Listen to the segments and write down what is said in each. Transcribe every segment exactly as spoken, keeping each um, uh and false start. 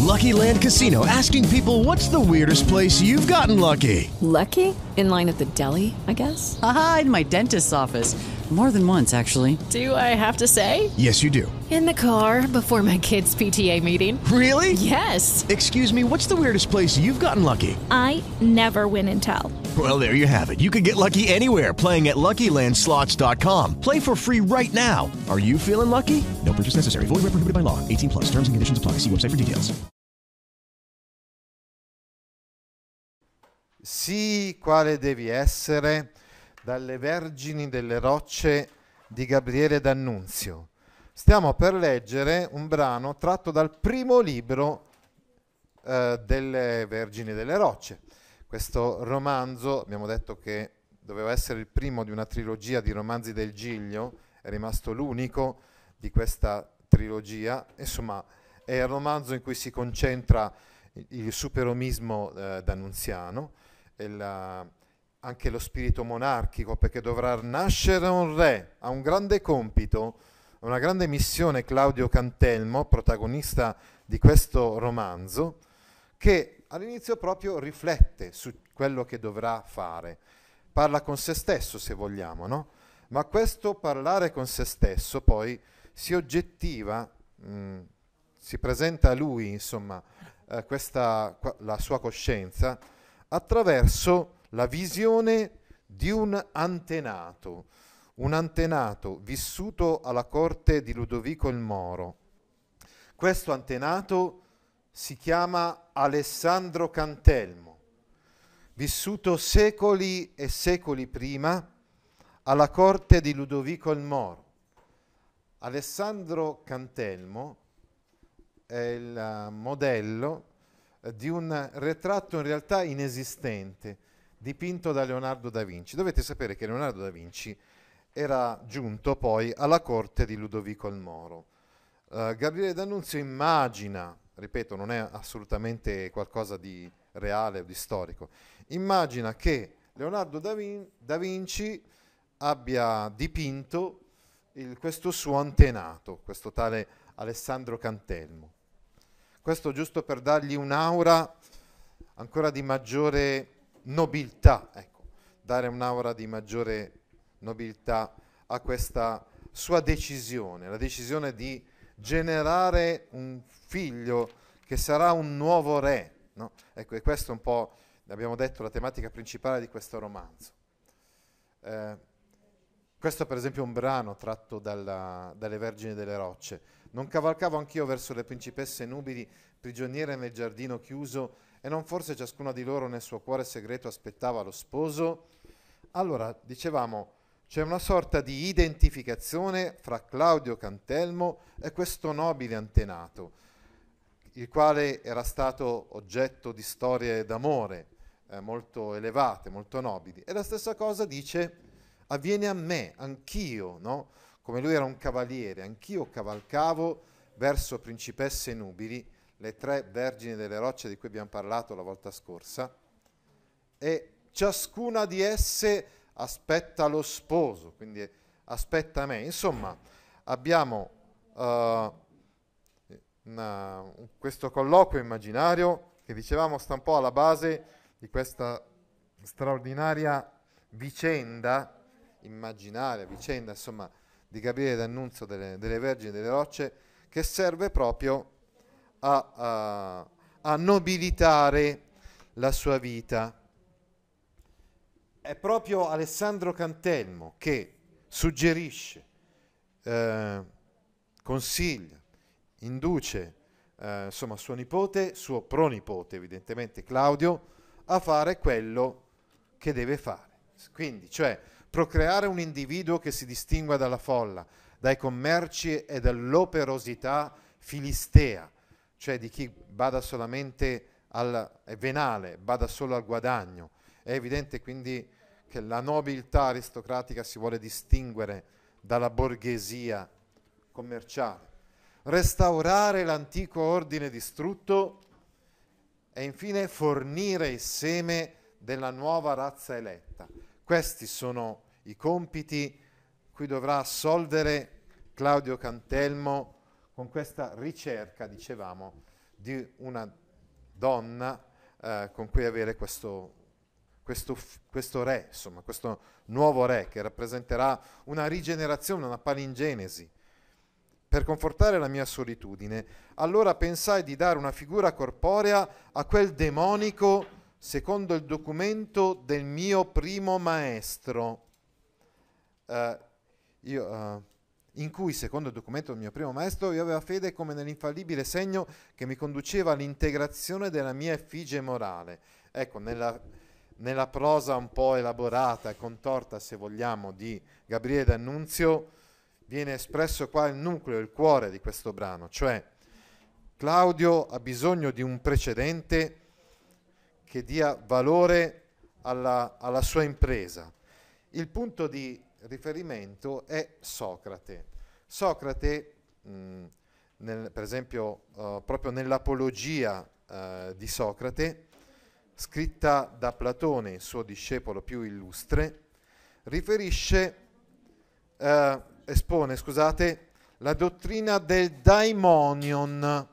Lucky Land Casino, asking people, what's the weirdest place you've gotten lucky? Lucky? In line at the deli, I guess? Aha, in my dentist's office. More than once, actually. Do I have to say? Yes, you do. In the car before my kids' P T A meeting. Really? Yes. Excuse me, what's the weirdest place you've gotten lucky? I never win and tell. Well, there you have it. You can get lucky anywhere, playing at Lucky Land Slots dot com. Play for free right now. Are you feeling lucky? No purchase necessary. Void where prohibited by law. eighteen plus. Terms and conditions apply. See website for details. Sii quale devi essere, dalle Vergini delle Rocce di Gabriele D'Annunzio. Stiamo per leggere un brano tratto dal primo libro eh, delle Vergini delle Rocce. Questo romanzo, abbiamo detto che doveva essere il primo di una trilogia di romanzi del Giglio, è rimasto l'unico di questa trilogia. Insomma, è il romanzo in cui si concentra il, il superomismo eh, d'annunziano, e la, anche lo spirito monarchico, perché dovrà nascere un re, ha un grande compito, una grande missione Claudio Cantelmo, protagonista di questo romanzo, che all'inizio proprio riflette su quello che dovrà fare. Parla con se stesso, se vogliamo, no? Ma questo parlare con se stesso poi si oggettiva, mh, si presenta a lui, insomma, eh, questa, la sua coscienza, attraverso la visione di un antenato, un antenato vissuto alla corte di Ludovico il Moro. Questo antenato si chiama Alessandro Cantelmo, vissuto secoli e secoli prima alla corte di Ludovico il Moro. Alessandro Cantelmo è il modello di un ritratto in realtà inesistente, dipinto da Leonardo da Vinci. Dovete sapere che Leonardo da Vinci era giunto poi alla corte di Ludovico il Moro. Uh, Gabriele D'Annunzio immagina, ripeto, non è assolutamente qualcosa di reale o di storico, immagina che Leonardo da, Vin- da Vinci abbia dipinto il, questo suo antenato, questo tale Alessandro Cantelmo. Questo giusto per dargli un'aura ancora di maggiore nobiltà, ecco, dare un'aura di maggiore nobiltà a questa sua decisione, la decisione di generare un figlio che sarà un nuovo re, no? Ecco, e questo è un po', abbiamo detto, la tematica principale di questo romanzo. Eh, questo per esempio è un brano tratto dalla, dalle Vergini delle Rocce. Non cavalcavo anch'io verso le principesse nubili, prigioniere nel giardino chiuso, e non forse ciascuna di loro nel suo cuore segreto aspettava lo sposo? Allora, dicevamo, c'è una sorta di identificazione fra Claudio Cantelmo e questo nobile antenato, il quale era stato oggetto di storie d'amore eh, molto elevate, molto nobili. E la stessa cosa dice, avviene a me, anch'io, no? Come lui era un cavaliere, anch'io cavalcavo verso principesse nubili, le tre Vergini delle Rocce di cui abbiamo parlato la volta scorsa, e ciascuna di esse aspetta lo sposo, quindi aspetta me. Insomma, abbiamo uh, una, questo colloquio immaginario che, dicevamo, sta un po' alla base di questa straordinaria vicenda, immaginaria vicenda, insomma, di Gabriele D'Annunzio delle, delle Vergini delle Rocce, che serve proprio a, a, a nobilitare la sua vita. È proprio Alessandro Cantelmo che suggerisce, eh, consiglia, induce eh, insomma suo nipote, suo pronipote evidentemente Claudio, a fare quello che deve fare. Quindi, cioè, procreare un individuo che si distingua dalla folla, dai commerci e dall'operosità filistea, cioè di chi bada solamente al è venale, bada solo al guadagno. È evidente quindi che la nobiltà aristocratica si vuole distinguere dalla borghesia commerciale. Restaurare l'antico ordine distrutto e infine fornire il seme della nuova razza eletta. Questi sono i compiti cui dovrà assolvere Claudio Cantelmo con questa ricerca, dicevamo, di una donna eh, con cui avere questo, questo, questo re, insomma, questo nuovo re che rappresenterà una rigenerazione, una palingenesi. Per confortare la mia solitudine, allora pensai di dare una figura corporea a quel demonico secondo il documento del mio primo maestro, uh, io, uh, in cui, secondo il documento del mio primo maestro, io avevo fede come nell'infallibile segno che mi conduceva all'integrazione della mia effigie morale. Ecco, nella, nella prosa un po' elaborata e contorta, se vogliamo, di Gabriele D'Annunzio, viene espresso qua il nucleo, il cuore di questo brano, cioè Claudio ha bisogno di un precedente che dia valore alla, alla sua impresa. Il punto di riferimento è Socrate. Socrate, mh, nel, per esempio, uh, proprio nell'Apologia uh, di Socrate, scritta da Platone, il suo discepolo più illustre, riferisce uh, espone, scusate, la dottrina del daimonion,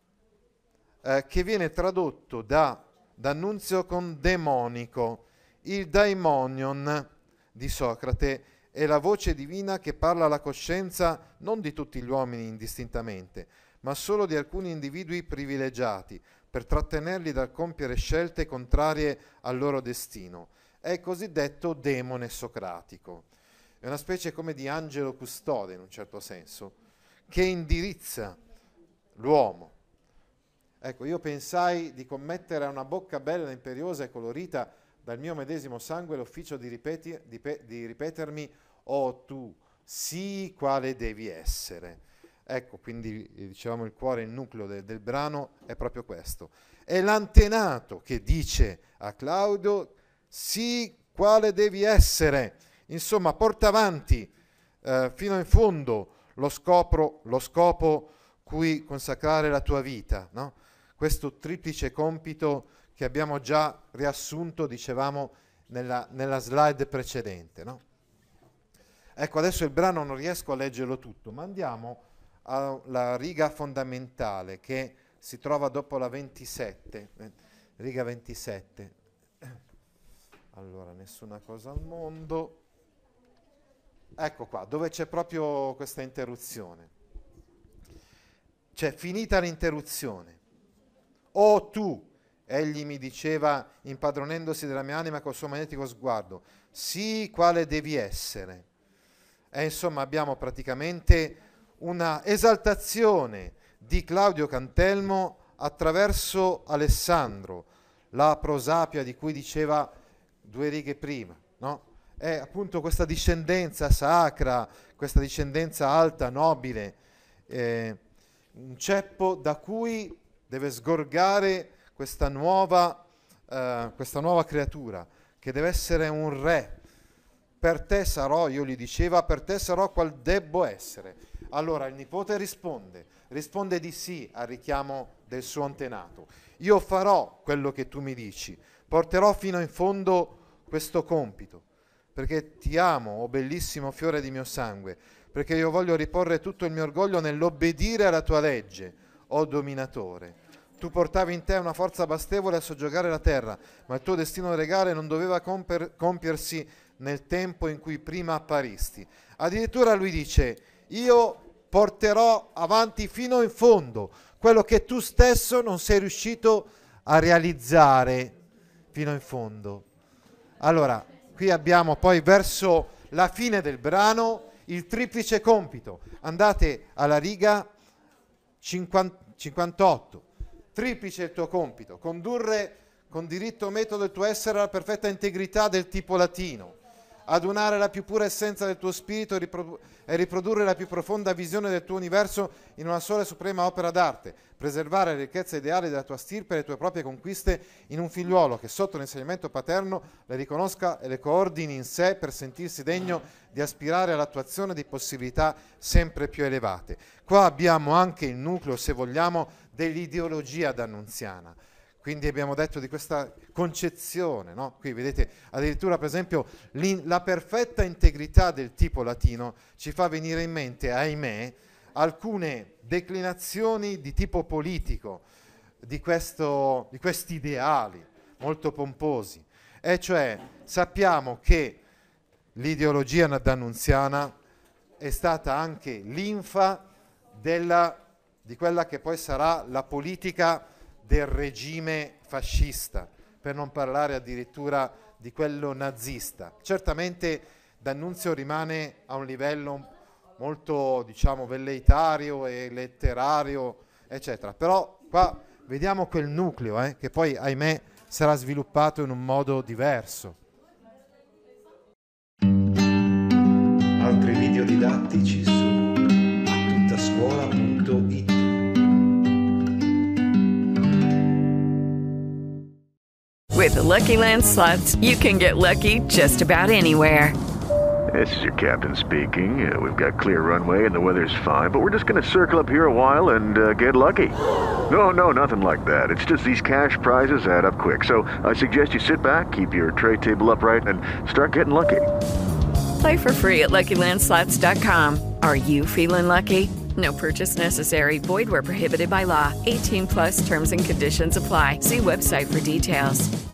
eh, che viene tradotto da D'Annunzio con demonico. Il daimonion di Socrate è la voce divina che parla alla coscienza non di tutti gli uomini indistintamente, ma solo di alcuni individui privilegiati, per trattenerli dal compiere scelte contrarie al loro destino. È il cosiddetto demone socratico. È una specie come di angelo custode, in un certo senso, che indirizza l'uomo. Ecco, io pensai di commettere a una bocca bella, imperiosa e colorita dal mio medesimo sangue l'ufficio di, ripeti, di, pe, di ripetermi «Oh tu, sii quale devi essere». Ecco, quindi dicevamo il cuore, il nucleo de, del brano è proprio questo. È l'antenato che dice a Claudio «Sii quale devi essere». Insomma, porta avanti eh, fino in fondo lo scopo, lo scopo cui consacrare la tua vita, no? Questo triplice compito che abbiamo già riassunto, dicevamo, nella, nella slide precedente, no? Ecco, adesso il brano non riesco a leggerlo tutto, ma andiamo alla riga fondamentale che si trova dopo la ventisette, eh, riga ventisette. Allora, nessuna cosa al mondo. Ecco qua, dove c'è proprio questa interruzione. C'è finita l'interruzione. «Oh tu», egli mi diceva, impadronendosi della mia anima col suo magnetico sguardo, «sii quale devi essere». E insomma abbiamo praticamente una esaltazione di Claudio Cantelmo attraverso Alessandro, la prosapia di cui diceva due righe prima, no? È appunto questa discendenza sacra, questa discendenza alta, nobile, eh, un ceppo da cui deve sgorgare questa nuova, eh, questa nuova creatura, che deve essere un re. Per te sarò, io gli diceva, per te sarò qual debbo essere. Allora il nipote risponde, risponde di sì al richiamo del suo antenato. Io farò quello che tu mi dici, porterò fino in fondo questo compito, perché ti amo, o bellissimo fiore di mio sangue, perché io voglio riporre tutto il mio orgoglio nell'obbedire alla tua legge, o dominatore. Tu portavi in te una forza bastevole a soggiogare la terra, ma il tuo destino regale non doveva comper- compiersi nel tempo in cui prima apparisti. Addirittura lui dice, io porterò avanti fino in fondo quello che tu stesso non sei riuscito a realizzare fino in fondo. Allora, qui abbiamo poi verso la fine del brano il triplice compito. Andate alla riga cinquantotto. Triplice il tuo compito, condurre con diritto metodo il tuo essere alla perfetta integrità del tipo latino, adunare la più pura essenza del tuo spirito e, riprodu- e riprodurre la più profonda visione del tuo universo in una sola e suprema opera d'arte, preservare le ricchezze ideali della tua stirpe e le tue proprie conquiste in un figliuolo che sotto l'insegnamento paterno le riconosca e le coordini in sé per sentirsi degno di aspirare all'attuazione di possibilità sempre più elevate. Qua abbiamo anche il nucleo, se vogliamo, dell'ideologia d'annunziana. Quindi abbiamo detto di questa concezione, no? Qui vedete addirittura per esempio la perfetta integrità del tipo latino ci fa venire in mente, ahimè, alcune declinazioni di tipo politico, di, questo, di questi ideali molto pomposi, e cioè sappiamo che l'ideologia d'Annunziana è stata anche linfa della, di quella che poi sarà la politica del regime fascista, per non parlare addirittura di quello nazista. Certamente D'Annunzio rimane a un livello molto, diciamo, velleitario e letterario, eccetera, però qua vediamo quel nucleo eh, che poi, ahimè, sarà sviluppato in un modo diverso. Altri video didattici su attutascuola punto it. With the Lucky Land Slots, you can get lucky just about anywhere. This is your captain speaking. Uh, we've got clear runway and the weather's fine, but we're just going to circle up here a while and uh, get lucky. No, no, nothing like that. It's just these cash prizes add up quick. So I suggest you sit back, keep your tray table upright, and start getting lucky. Play for free at lucky land slots dot com. Are you feeling lucky? No purchase necessary. Void where prohibited by law. eighteen plus terms and conditions apply. See website for details.